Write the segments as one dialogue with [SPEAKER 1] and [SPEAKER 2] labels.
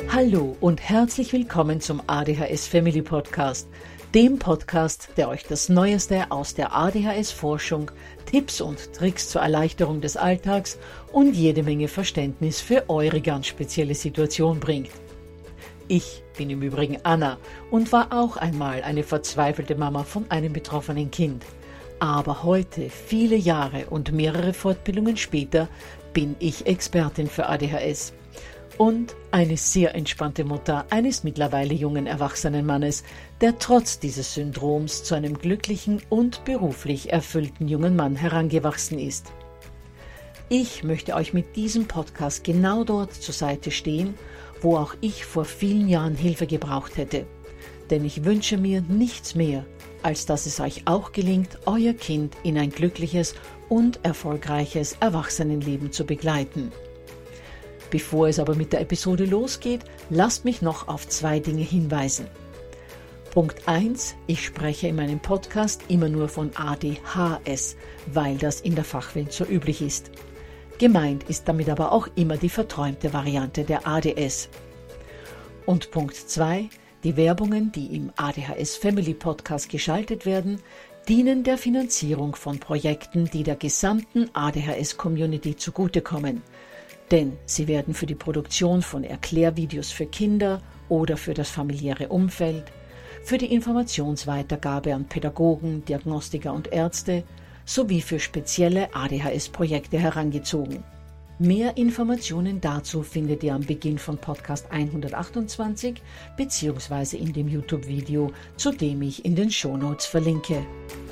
[SPEAKER 1] Hallo und herzlich willkommen zum ADHS Family Podcast, dem Podcast, der euch das Neueste aus der ADHS-Forschung, Tipps und Tricks zur Erleichterung des Alltags und jede Menge Verständnis für eure ganz spezielle Situation bringt. Ich bin im Übrigen Anna und war auch einmal eine verzweifelte Mama von einem betroffenen Kind. Aber heute, viele Jahre und mehrere Fortbildungen später, bin ich Expertin für ADHS. Und eine sehr entspannte Mutter eines mittlerweile jungen erwachsenen Mannes, der trotz dieses Syndroms zu einem glücklichen und beruflich erfüllten jungen Mann herangewachsen ist. Ich möchte euch mit diesem Podcast genau dort zur Seite stehen, wo auch ich vor vielen Jahren Hilfe gebraucht hätte. Denn ich wünsche mir nichts mehr, als dass es euch auch gelingt, euer Kind in ein glückliches und erfolgreiches Erwachsenenleben zu begleiten. Bevor es aber mit der Episode losgeht, lasst mich noch auf 2 Dinge hinweisen. Punkt 1. Ich spreche in meinem Podcast immer nur von ADHS, weil das in der Fachwelt so üblich ist. Gemeint ist damit aber auch immer die verträumte Variante der ADS. Und Punkt 2. Die Werbungen, die im ADHS Family Podcast geschaltet werden, dienen der Finanzierung von Projekten, die der gesamten ADHS-Community zugutekommen. Denn sie werden für die Produktion von Erklärvideos für Kinder oder für das familiäre Umfeld, für die Informationsweitergabe an Pädagogen, Diagnostiker und Ärzte sowie für spezielle ADHS-Projekte herangezogen. Mehr Informationen dazu findet ihr am Beginn von Podcast 128 bzw. in dem YouTube-Video, zu dem ich in den Shownotes verlinke.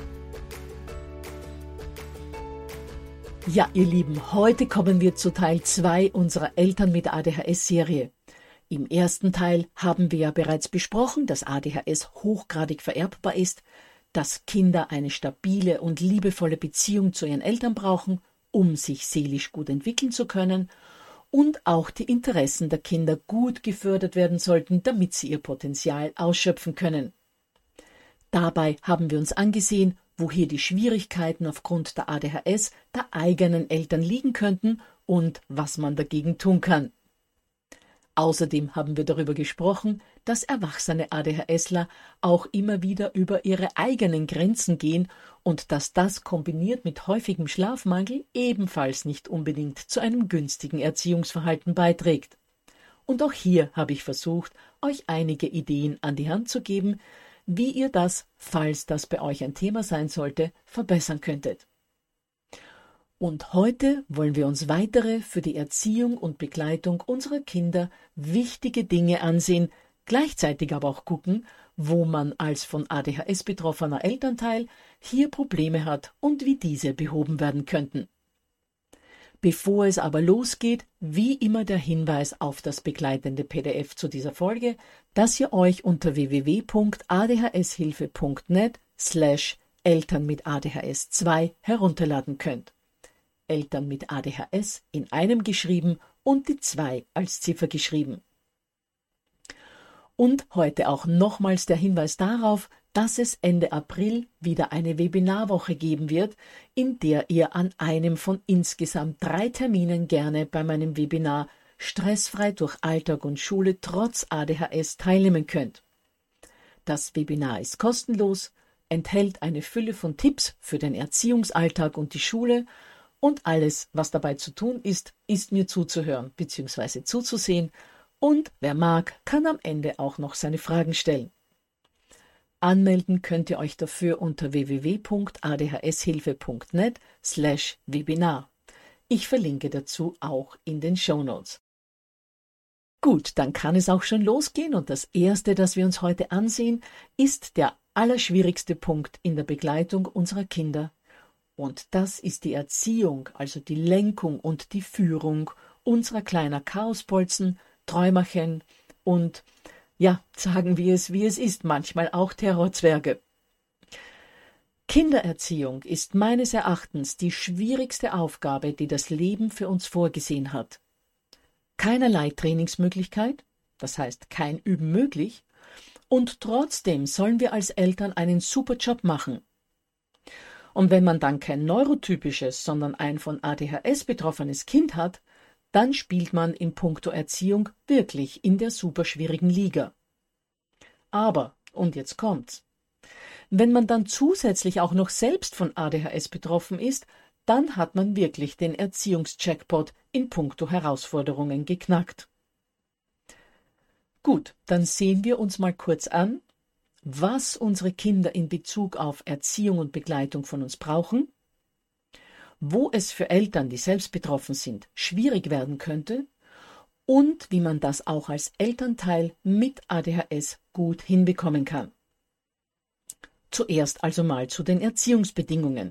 [SPEAKER 1] Ja, ihr Lieben, heute kommen wir zu Teil 2 unserer Eltern mit ADHS-Serie. Im ersten Teil haben wir ja bereits besprochen, dass ADHS hochgradig vererbbar ist, dass Kinder eine stabile und liebevolle Beziehung zu ihren Eltern brauchen, um sich seelisch gut entwickeln zu können, und auch die Interessen der Kinder gut gefördert werden sollten, damit sie ihr Potenzial ausschöpfen können. Dabei haben wir uns angesehen, wo hier die Schwierigkeiten aufgrund der ADHS der eigenen Eltern liegen könnten und was man dagegen tun kann. Außerdem haben wir darüber gesprochen, dass erwachsene ADHSler auch immer wieder über ihre eigenen Grenzen gehen und dass das kombiniert mit häufigem Schlafmangel ebenfalls nicht unbedingt zu einem günstigen Erziehungsverhalten beiträgt. Und auch hier habe ich versucht, euch einige Ideen an die Hand zu geben, wie ihr das, falls das bei euch ein Thema sein sollte, verbessern könntet. Und heute wollen wir uns weitere für die Erziehung und Begleitung unserer Kinder wichtige Dinge ansehen, gleichzeitig aber auch gucken, wo man als von ADHS betroffener Elternteil hier Probleme hat und wie diese behoben werden könnten. Bevor es aber losgeht, wie immer der Hinweis auf das begleitende PDF zu dieser Folge, das ihr euch unter www.adhshilfe.net/Eltern mit ADHS 2 herunterladen könnt. Eltern mit ADHS in einem geschrieben und die 2 als Ziffer geschrieben. Und heute auch nochmals der Hinweis darauf, dass es Ende April wieder eine Webinarwoche geben wird, in der ihr an einem von insgesamt 3 Terminen gerne bei meinem Webinar Stressfrei durch Alltag und Schule trotz ADHS teilnehmen könnt. Das Webinar ist kostenlos, enthält eine Fülle von Tipps für den Erziehungsalltag und die Schule und alles, was dabei zu tun ist mir zuzuhören bzw. zuzusehen und wer mag, kann am Ende auch noch seine Fragen stellen. Anmelden könnt ihr euch dafür unter www.adhshilfe.net/Webinar. Ich verlinke dazu auch in den Shownotes. Gut, dann kann es auch schon losgehen und das Erste, das wir uns heute ansehen, ist der allerschwierigste Punkt in der Begleitung unserer Kinder. Und das ist die Erziehung, also die Lenkung und die Führung unserer kleiner Chaosbolzen, Träumerchen und ja, sagen wir es, wie es ist, manchmal auch Terrorzwerge. Kindererziehung ist meines Erachtens die schwierigste Aufgabe, die das Leben für uns vorgesehen hat. Keinerlei Trainingsmöglichkeit, das heißt kein Üben möglich, und trotzdem sollen wir als Eltern einen super Job machen. Und wenn man dann kein neurotypisches, sondern ein von ADHS betroffenes Kind hat, dann spielt man in puncto Erziehung wirklich in der superschwierigen Liga. Aber, und jetzt kommt's, wenn man dann zusätzlich auch noch selbst von ADHS betroffen ist, dann hat man wirklich den Erziehungsjackpot in puncto Herausforderungen geknackt. Gut, dann sehen wir uns mal kurz an, was unsere Kinder in Bezug auf Erziehung und Begleitung von uns brauchen, wo es für Eltern, die selbst betroffen sind, schwierig werden könnte und wie man das auch als Elternteil mit ADHS gut hinbekommen kann. Zuerst also mal zu den Erziehungsbedingungen.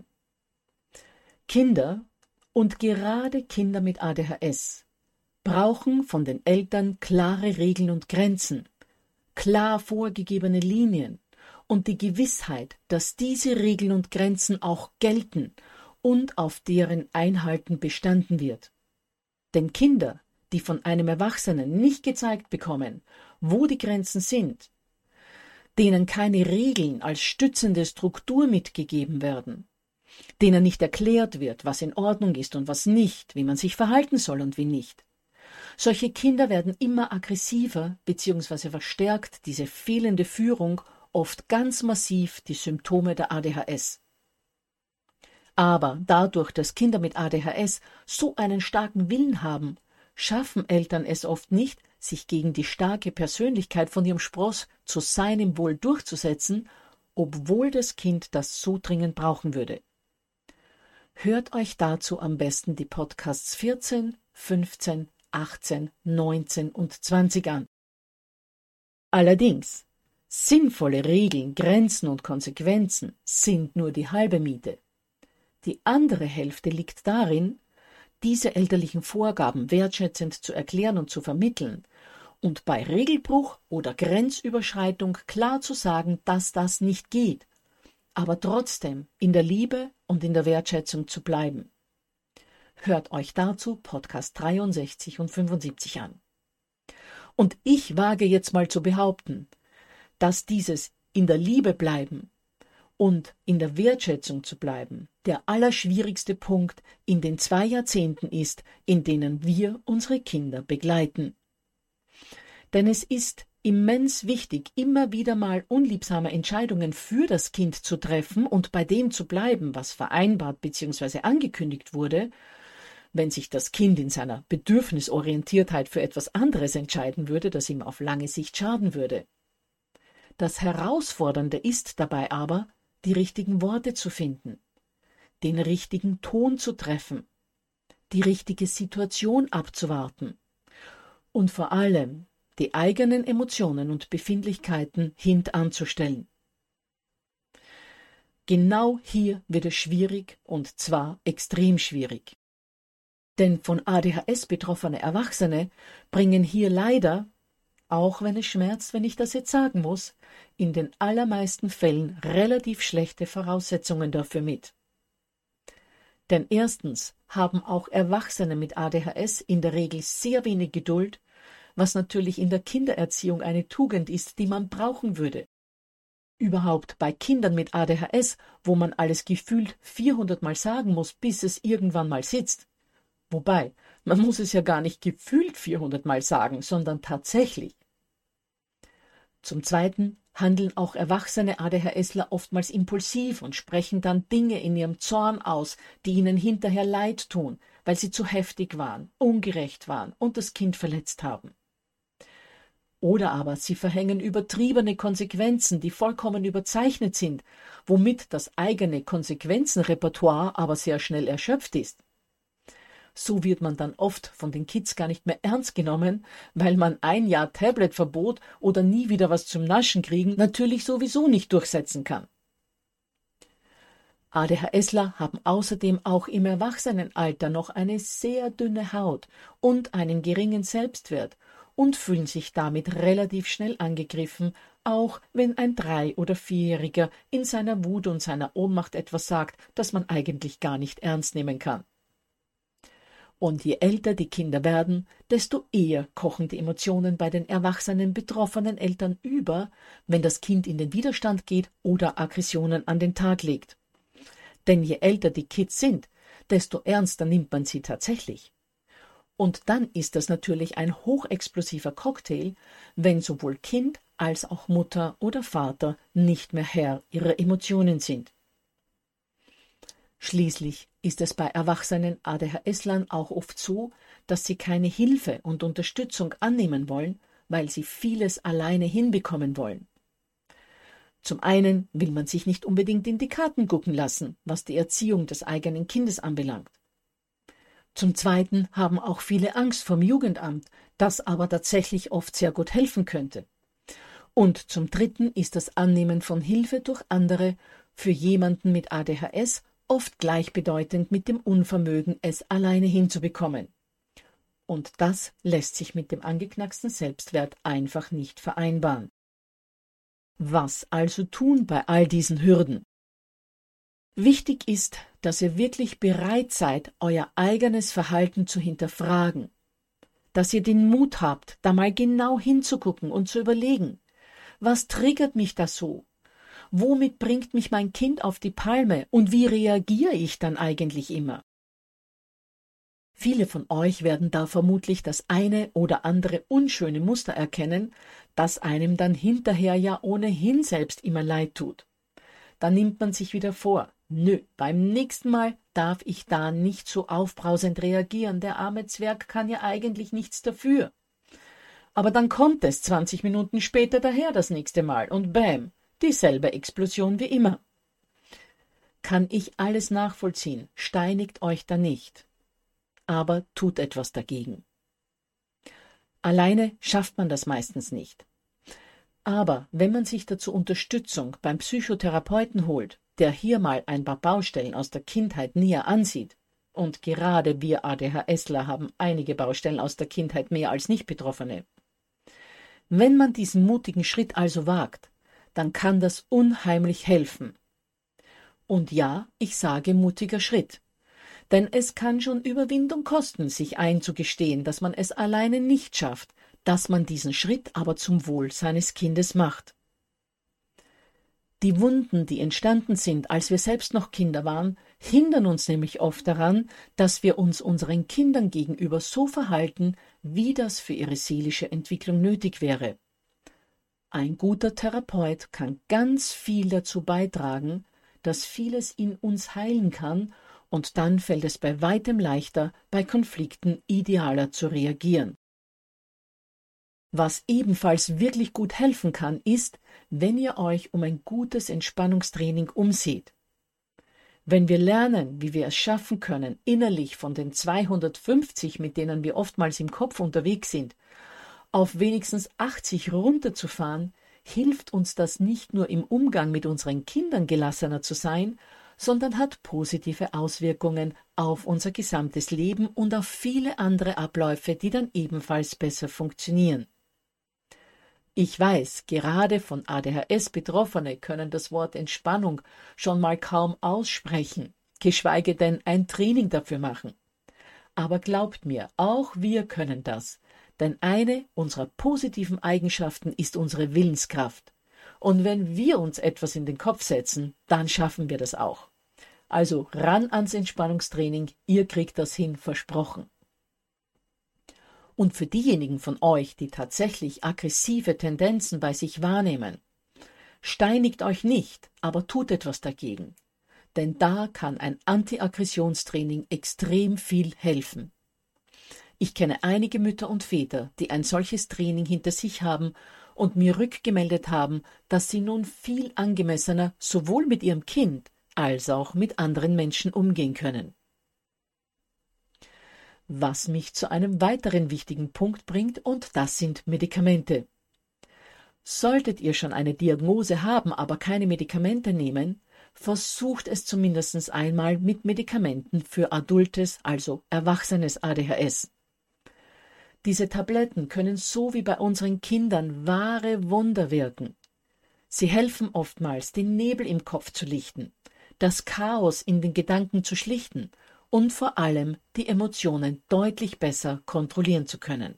[SPEAKER 1] Kinder und gerade Kinder mit ADHS brauchen von den Eltern klare Regeln und Grenzen, klar vorgegebene Linien und die Gewissheit, dass diese Regeln und Grenzen auch gelten und auf deren Einhalten bestanden wird. Denn Kinder, die von einem Erwachsenen nicht gezeigt bekommen, wo die Grenzen sind, denen keine Regeln als stützende Struktur mitgegeben werden, denen nicht erklärt wird, was in Ordnung ist und was nicht, wie man sich verhalten soll und wie nicht. Solche Kinder werden immer aggressiver bzw. verstärkt diese fehlende Führung oft ganz massiv die Symptome der ADHS. Aber dadurch, dass Kinder mit ADHS so einen starken Willen haben, schaffen Eltern es oft nicht, sich gegen die starke Persönlichkeit von ihrem Spross zu seinem Wohl durchzusetzen, obwohl das Kind das so dringend brauchen würde. Hört euch dazu am besten die Podcasts 14, 15, 18, 19 und 20 an. Allerdings, sinnvolle Regeln, Grenzen und Konsequenzen sind nur die halbe Miete. Die andere Hälfte liegt darin, diese elterlichen Vorgaben wertschätzend zu erklären und zu vermitteln und bei Regelbruch oder Grenzüberschreitung klar zu sagen, dass das nicht geht, aber trotzdem in der Liebe und in der Wertschätzung zu bleiben. Hört euch dazu Podcast 63 und 75 an. Und ich wage jetzt mal zu behaupten, dass dieses in der Liebe bleiben und in der Wertschätzung zu bleiben der allerschwierigste Punkt in den 2 Jahrzehnten ist, in denen wir unsere Kinder begleiten. Denn es ist immens wichtig, immer wieder mal unliebsame Entscheidungen für das Kind zu treffen und bei dem zu bleiben, was vereinbart bzw. angekündigt wurde. Wenn sich das Kind in seiner Bedürfnisorientiertheit für etwas anderes entscheiden würde, das ihm auf lange Sicht schaden würde. Das Herausfordernde ist dabei aber, die richtigen Worte zu finden, den richtigen Ton zu treffen, die richtige Situation abzuwarten und vor allem die eigenen Emotionen und Befindlichkeiten hintanzustellen. Genau hier wird es schwierig, und zwar extrem schwierig. Denn von ADHS betroffene Erwachsene bringen hier leider, auch wenn es schmerzt, wenn ich das jetzt sagen muss, in den allermeisten Fällen relativ schlechte Voraussetzungen dafür mit. Denn erstens haben auch Erwachsene mit ADHS in der Regel sehr wenig Geduld, was natürlich in der Kindererziehung eine Tugend ist, die man brauchen würde. Überhaupt bei Kindern mit ADHS, wo man alles gefühlt 400 Mal sagen muss, bis es irgendwann mal sitzt. Wobei, man muss es ja gar nicht gefühlt 400 Mal sagen, sondern tatsächlich. Zum Zweiten handeln auch erwachsene ADHSler oftmals impulsiv und sprechen dann Dinge in ihrem Zorn aus, die ihnen hinterher leid tun, weil sie zu heftig waren, ungerecht waren und das Kind verletzt haben. Oder aber sie verhängen übertriebene Konsequenzen, die vollkommen überzeichnet sind, womit das eigene Konsequenzenrepertoire aber sehr schnell erschöpft ist. So wird man dann oft von den Kids gar nicht mehr ernst genommen, weil man 1 Jahr Tabletverbot oder nie wieder was zum Naschen kriegen natürlich sowieso nicht durchsetzen kann. ADHSler haben außerdem auch im Erwachsenenalter noch eine sehr dünne Haut und einen geringen Selbstwert und fühlen sich damit relativ schnell angegriffen, auch wenn ein 3- oder 4-Jähriger in seiner Wut und seiner Ohnmacht etwas sagt, das man eigentlich gar nicht ernst nehmen kann. Und je älter die Kinder werden, desto eher kochen die Emotionen bei den erwachsenen betroffenen Eltern über, wenn das Kind in den Widerstand geht oder Aggressionen an den Tag legt. Denn je älter die Kids sind, desto ernster nimmt man sie tatsächlich. Und dann ist das natürlich ein hochexplosiver Cocktail, wenn sowohl Kind als auch Mutter oder Vater nicht mehr Herr ihrer Emotionen sind. Schließlich ist es bei erwachsenen ADHSlern auch oft so, dass sie keine Hilfe und Unterstützung annehmen wollen, weil sie vieles alleine hinbekommen wollen. Zum einen will man sich nicht unbedingt in die Karten gucken lassen, was die Erziehung des eigenen Kindes anbelangt. Zum Zweiten haben auch viele Angst vorm Jugendamt, das aber tatsächlich oft sehr gut helfen könnte. Und zum Dritten ist das Annehmen von Hilfe durch andere für jemanden mit ADHS oft gleichbedeutend mit dem Unvermögen, es alleine hinzubekommen. Und das lässt sich mit dem angeknacksten Selbstwert einfach nicht vereinbaren. Was also tun bei all diesen Hürden? Wichtig ist, dass ihr wirklich bereit seid, euer eigenes Verhalten zu hinterfragen, dass ihr den Mut habt, da mal genau hinzugucken und zu überlegen, was triggert mich da so? Womit bringt mich mein Kind auf die Palme und wie reagiere ich dann eigentlich immer? Viele von euch werden da vermutlich das eine oder andere unschöne Muster erkennen, das einem dann hinterher ja ohnehin selbst immer leid tut. Dann nimmt man sich wieder vor, nö, beim nächsten Mal darf ich da nicht so aufbrausend reagieren, der arme Zwerg kann ja eigentlich nichts dafür. Aber dann kommt es 20 Minuten später daher das nächste Mal und bäm, dieselbe Explosion wie immer. Kann ich alles nachvollziehen, steinigt euch da nicht. Aber tut etwas dagegen. Alleine schafft man das meistens nicht. Aber wenn man sich dazu Unterstützung beim Psychotherapeuten holt, der hier mal ein paar Baustellen aus der Kindheit näher ansieht, und gerade wir ADHSler haben einige Baustellen aus der Kindheit mehr als Nicht-Betroffene. Wenn man diesen mutigen Schritt also wagt, dann kann das unheimlich helfen. Und ja, ich sage mutiger Schritt. Denn es kann schon Überwindung kosten, sich einzugestehen, dass man es alleine nicht schafft, dass man diesen Schritt aber zum Wohl seines Kindes macht. Die Wunden, die entstanden sind, als wir selbst noch Kinder waren, hindern uns nämlich oft daran, dass wir uns unseren Kindern gegenüber so verhalten, wie das für ihre seelische Entwicklung nötig wäre. Ein guter Therapeut kann ganz viel dazu beitragen, dass vieles in uns heilen kann, und dann fällt es bei weitem leichter, bei Konflikten idealer zu reagieren. Was ebenfalls wirklich gut helfen kann, ist, wenn ihr euch um ein gutes Entspannungstraining umseht. Wenn wir lernen, wie wir es schaffen können, innerlich von den 250, mit denen wir oftmals im Kopf unterwegs sind, auf wenigstens 80 runterzufahren, hilft uns das nicht nur im Umgang mit unseren Kindern gelassener zu sein, sondern hat positive Auswirkungen auf unser gesamtes Leben und auf viele andere Abläufe, die dann ebenfalls besser funktionieren. Ich weiß, gerade von ADHS-Betroffene können das Wort Entspannung schon mal kaum aussprechen, geschweige denn ein Training dafür machen. Aber glaubt mir, auch wir können das, denn eine unserer positiven Eigenschaften ist unsere Willenskraft. Und wenn wir uns etwas in den Kopf setzen, dann schaffen wir das auch. Also ran ans Entspannungstraining, ihr kriegt das hin, versprochen. Und für diejenigen von euch, die tatsächlich aggressive Tendenzen bei sich wahrnehmen, steinigt euch nicht, aber tut etwas dagegen. Denn da kann ein Anti-Aggressionstraining extrem viel helfen. Ich kenne einige Mütter und Väter, die ein solches Training hinter sich haben und mir rückgemeldet haben, dass sie nun viel angemessener sowohl mit ihrem Kind als auch mit anderen Menschen umgehen können. Was mich zu einem weiteren wichtigen Punkt bringt, und das sind Medikamente. Solltet ihr schon eine Diagnose haben, aber keine Medikamente nehmen, versucht es zumindest einmal mit Medikamenten für adultes, also erwachsenes ADHS. Diese Tabletten können so wie bei unseren Kindern wahre Wunder wirken. Sie helfen oftmals, den Nebel im Kopf zu lichten, das Chaos in den Gedanken zu schlichten und vor allem die Emotionen deutlich besser kontrollieren zu können.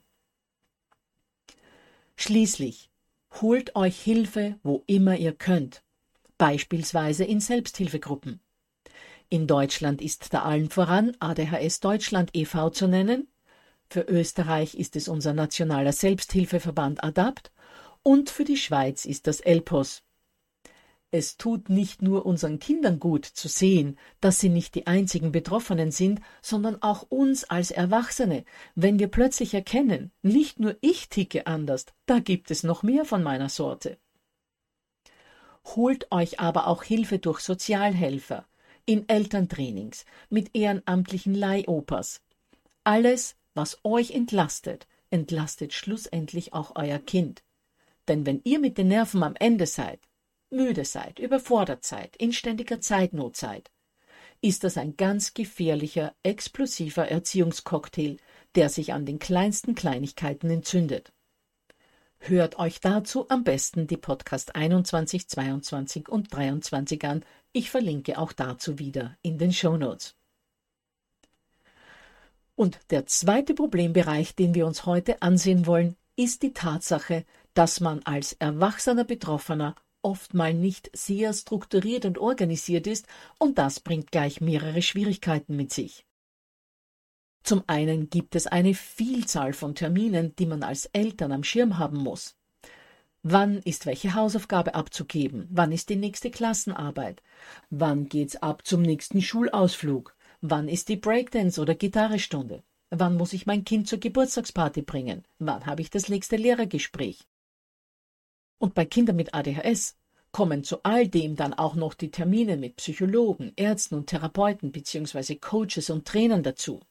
[SPEAKER 1] Schließlich, holt euch Hilfe, wo immer ihr könnt, beispielsweise in Selbsthilfegruppen. In Deutschland ist da allen voran ADHS Deutschland e.V. zu nennen. Für Österreich ist es unser nationaler Selbsthilfeverband ADAPT und für die Schweiz ist das ELPOS. Es tut nicht nur unseren Kindern gut zu sehen, dass sie nicht die einzigen Betroffenen sind, sondern auch uns als Erwachsene, wenn wir plötzlich erkennen, nicht nur ich ticke anders, da gibt es noch mehr von meiner Sorte. Holt euch aber auch Hilfe durch Sozialhelfer, in Elterntrainings, mit ehrenamtlichen Leihopas. Alles, was euch entlastet, entlastet schlussendlich auch euer Kind. Denn wenn ihr mit den Nerven am Ende seid, müde seid, überfordert seid, in ständiger Zeitnot seid, ist das ein ganz gefährlicher, explosiver Erziehungscocktail, der sich an den kleinsten Kleinigkeiten entzündet. Hört euch dazu am besten die Podcast 21, 22 und 23 an. Ich verlinke auch dazu wieder in den Shownotes. Und der zweite Problembereich, den wir uns heute ansehen wollen, ist die Tatsache, dass man als erwachsener Betroffener oft mal nicht sehr strukturiert und organisiert ist, und das bringt gleich mehrere Schwierigkeiten mit sich. Zum einen gibt es eine Vielzahl von Terminen, die man als Eltern am Schirm haben muss. Wann ist welche Hausaufgabe abzugeben? Wann ist die nächste Klassenarbeit? Wann geht's ab zum nächsten Schulausflug? Wann ist die Breakdance- oder Gitarrestunde? Wann muss ich mein Kind zur Geburtstagsparty bringen? Wann habe ich das nächste Lehrergespräch? Und bei Kindern mit ADHS kommen zu all dem dann auch noch die Termine mit Psychologen, Ärzten und Therapeuten bzw. Coaches und Trainern dazu.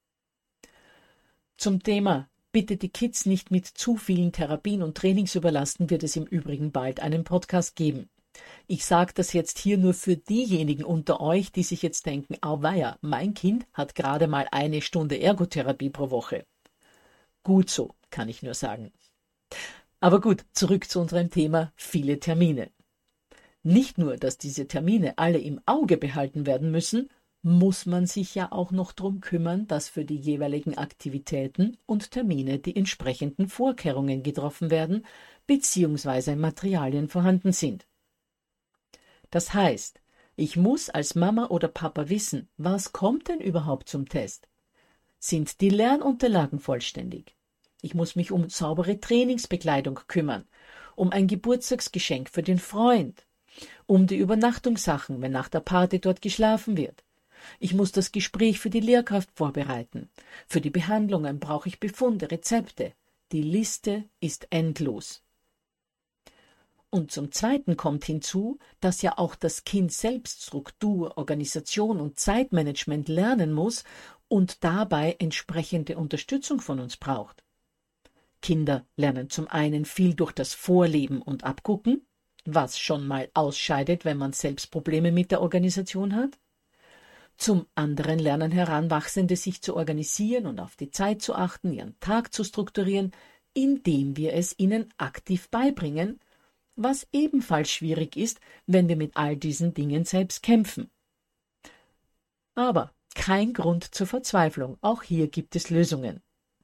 [SPEAKER 1] Zum Thema Bitte die Kids nicht mit zu vielen Therapien und Trainings überlasten, wird es im Übrigen bald einen Podcast geben. Ich sage das jetzt hier nur für diejenigen unter euch, die sich jetzt denken, auweia, mein Kind hat gerade mal 1 Stunde Ergotherapie pro Woche. Gut so, kann ich nur sagen. Aber gut, zurück zu unserem Thema viele Termine. Nicht nur, dass diese Termine alle im Auge behalten werden müssen, muss man sich ja auch noch darum kümmern, dass für die jeweiligen Aktivitäten und Termine die entsprechenden Vorkehrungen getroffen werden bzw. Materialien vorhanden sind. Das heißt, ich muss als Mama oder Papa wissen, was kommt denn überhaupt zum Test? Sind die Lernunterlagen vollständig? Ich muss mich um saubere Trainingsbekleidung kümmern, um ein Geburtstagsgeschenk für den Freund, um die Übernachtungssachen, wenn nach der Party dort geschlafen wird. Ich muss das Gespräch für die Lehrkraft vorbereiten. Für die Behandlungen brauche ich Befunde, Rezepte. Die Liste ist endlos. Und zum Zweiten kommt hinzu, dass ja auch das Kind selbst Struktur, Organisation und Zeitmanagement lernen muss und dabei entsprechende Unterstützung von uns braucht. Kinder lernen zum einen viel durch das Vorleben und Abgucken, was schon mal ausscheidet, wenn man selbst Probleme mit der Organisation hat. Zum anderen lernen Heranwachsende sich zu organisieren und auf die Zeit zu achten, ihren Tag zu strukturieren, indem wir es ihnen aktiv beibringen, was ebenfalls schwierig ist, wenn wir mit all diesen Dingen selbst kämpfen. Aber kein Grund zur Verzweiflung, auch hier gibt es Lösungen.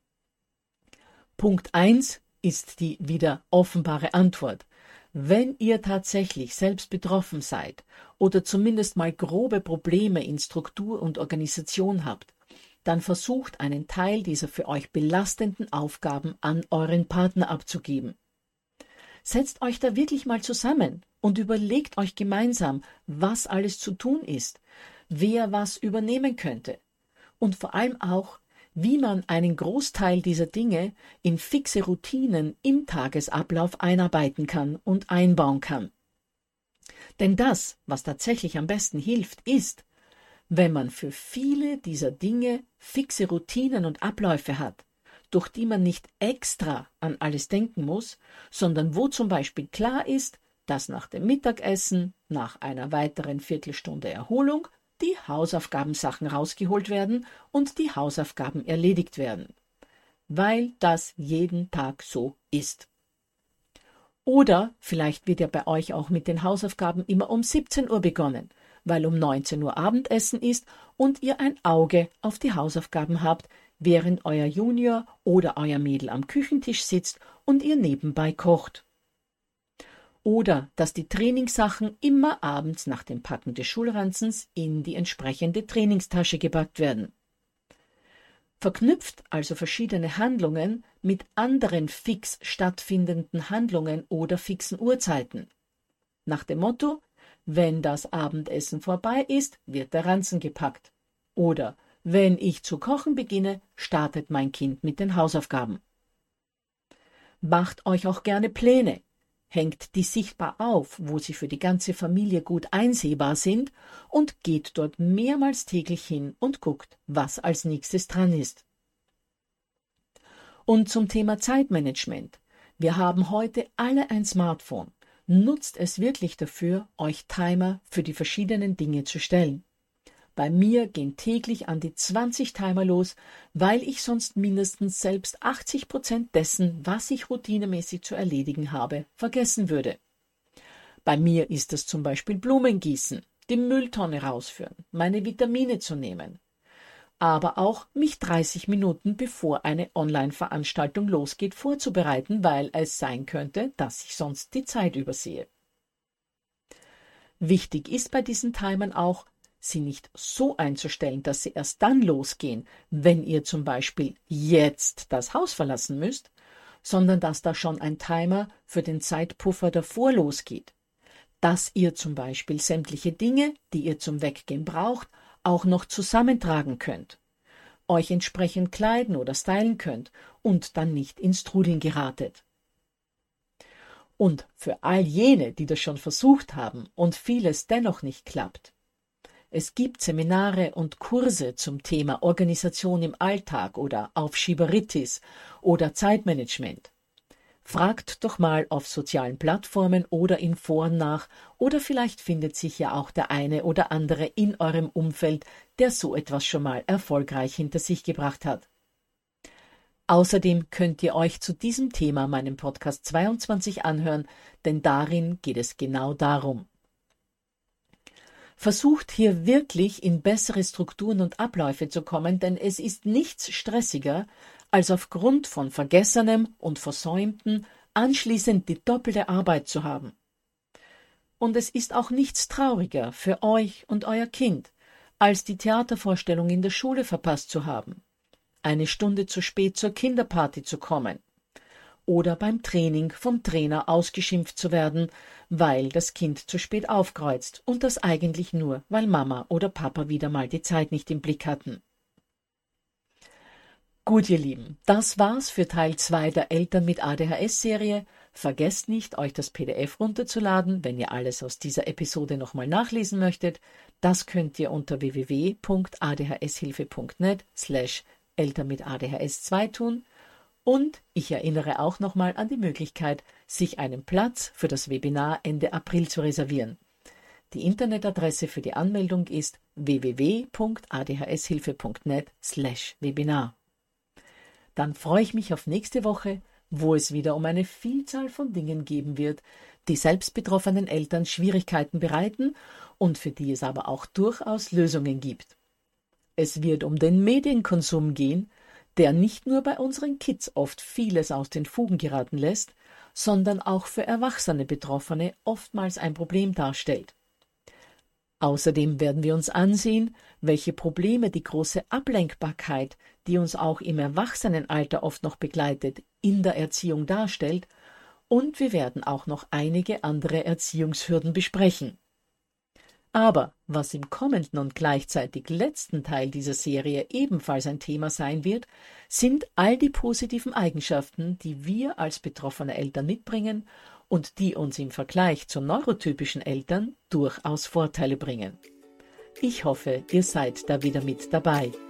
[SPEAKER 1] Punkt 1 ist die wieder offenbare Antwort. Wenn ihr tatsächlich selbst betroffen seid oder zumindest mal grobe Probleme in Struktur und Organisation habt, dann versucht einen Teil dieser für euch belastenden Aufgaben an euren Partner abzugeben. Setzt euch da wirklich mal zusammen und überlegt euch gemeinsam, was alles zu tun ist, wer was übernehmen könnte und vor allem auch, wie man einen Großteil dieser Dinge in fixe Routinen im Tagesablauf einarbeiten kann und einbauen kann. Denn das, was tatsächlich am besten hilft, ist, wenn man für viele dieser Dinge fixe Routinen und Abläufe hat, durch die man nicht extra an alles denken muss, sondern wo zum Beispiel klar ist, dass nach dem Mittagessen, nach einer weiteren Viertelstunde Erholung, die Hausaufgabensachen rausgeholt werden und die Hausaufgaben erledigt werden, weil das jeden Tag so ist. Oder vielleicht wird ja bei euch auch mit den Hausaufgaben immer um 17 Uhr begonnen, weil um 19 Uhr Abendessen ist und ihr ein Auge auf die Hausaufgaben habt, während euer Junior oder euer Mädel am Küchentisch sitzt und ihr nebenbei kocht. Oder dass die Trainingssachen immer abends nach dem Packen des Schulranzens in die entsprechende Trainingstasche gepackt werden. Verknüpft also verschiedene Handlungen mit anderen fix stattfindenden Handlungen oder fixen Uhrzeiten. Nach dem Motto: Wenn das Abendessen vorbei ist, wird der Ranzen gepackt. Oder wenn ich zu kochen beginne, startet mein Kind mit den Hausaufgaben. Macht euch auch gerne Pläne. Hängt die sichtbar auf, wo sie für die ganze Familie gut einsehbar sind, und geht dort mehrmals täglich hin und guckt, was als nächstes dran ist. Und zum Thema Zeitmanagement. Wir haben heute alle ein Smartphone. Nutzt es wirklich dafür, euch Timer für die verschiedenen Dinge zu stellen. Bei mir gehen täglich an die 20 Timer los, weil ich sonst mindestens selbst 80% dessen, was ich routinemäßig zu erledigen habe, vergessen würde. Bei mir ist es zum Beispiel Blumen gießen, die Mülltonne rausführen, meine Vitamine zu nehmen, aber auch mich 30 Minuten bevor eine Online-Veranstaltung losgeht vorzubereiten, weil es sein könnte, dass ich sonst die Zeit übersehe. Wichtig ist bei diesen Timern auch, sie nicht so einzustellen, dass sie erst dann losgehen, wenn ihr zum Beispiel jetzt das Haus verlassen müsst, sondern dass da schon ein Timer für den Zeitpuffer davor losgeht. Dass ihr zum Beispiel sämtliche Dinge, die ihr zum Weggehen braucht, auch noch zusammentragen könnt, euch entsprechend kleiden oder stylen könnt und dann nicht ins Trudeln geratet. Und für all jene, die das schon versucht haben und vieles dennoch nicht klappt: Es gibt Seminare und Kurse zum Thema Organisation im Alltag oder Aufschieberitis oder Zeitmanagement. Fragt doch mal auf sozialen Plattformen oder in Foren nach, oder vielleicht findet sich ja auch der eine oder andere in eurem Umfeld, der so etwas schon mal erfolgreich hinter sich gebracht hat. Außerdem könnt ihr euch zu diesem Thema meinen Podcast 22 anhören, denn darin geht es genau darum. Versucht hier wirklich in bessere Strukturen und Abläufe zu kommen, denn es ist nichts stressiger, als aufgrund von Vergessenem und Versäumten anschließend die doppelte Arbeit zu haben. Und es ist auch nichts trauriger für euch und euer Kind, als die Theatervorstellung in der Schule verpasst zu haben, eine Stunde zu spät zur Kinderparty zu kommen oder beim Training vom Trainer ausgeschimpft zu werden, weil das Kind zu spät aufkreuzt, und das eigentlich nur, weil Mama oder Papa wieder mal die Zeit nicht im Blick hatten. Gut, ihr Lieben, das war's für Teil 2 der Eltern mit ADHS-Serie. Vergesst nicht, euch das PDF runterzuladen, wenn ihr alles aus dieser Episode nochmal nachlesen möchtet. Das könnt ihr unter www.adhshilfe.net/Eltern mit ADHS 2 tun. Und ich erinnere auch nochmal an die Möglichkeit, sich einen Platz für das Webinar Ende April zu reservieren. Die Internetadresse für die Anmeldung ist www.adhshilfe.net/Webinar. Dann freue ich mich auf nächste Woche, wo es wieder um eine Vielzahl von Dingen geben wird, die selbstbetroffenen Eltern Schwierigkeiten bereiten und für die es aber auch durchaus Lösungen gibt. Es wird um den Medienkonsum gehen, der nicht nur bei unseren Kids oft vieles aus den Fugen geraten lässt, sondern auch für erwachsene Betroffene oftmals ein Problem darstellt. Außerdem werden wir uns ansehen, welche Probleme die große Ablenkbarkeit, die uns auch im Erwachsenenalter oft noch begleitet, in der Erziehung darstellt, und wir werden auch noch einige andere Erziehungshürden besprechen. Aber was im kommenden und gleichzeitig letzten Teil dieser Serie ebenfalls ein Thema sein wird, sind all die positiven Eigenschaften, die wir als betroffene Eltern mitbringen und die uns im Vergleich zu neurotypischen Eltern durchaus Vorteile bringen. Ich hoffe, ihr seid da wieder mit dabei.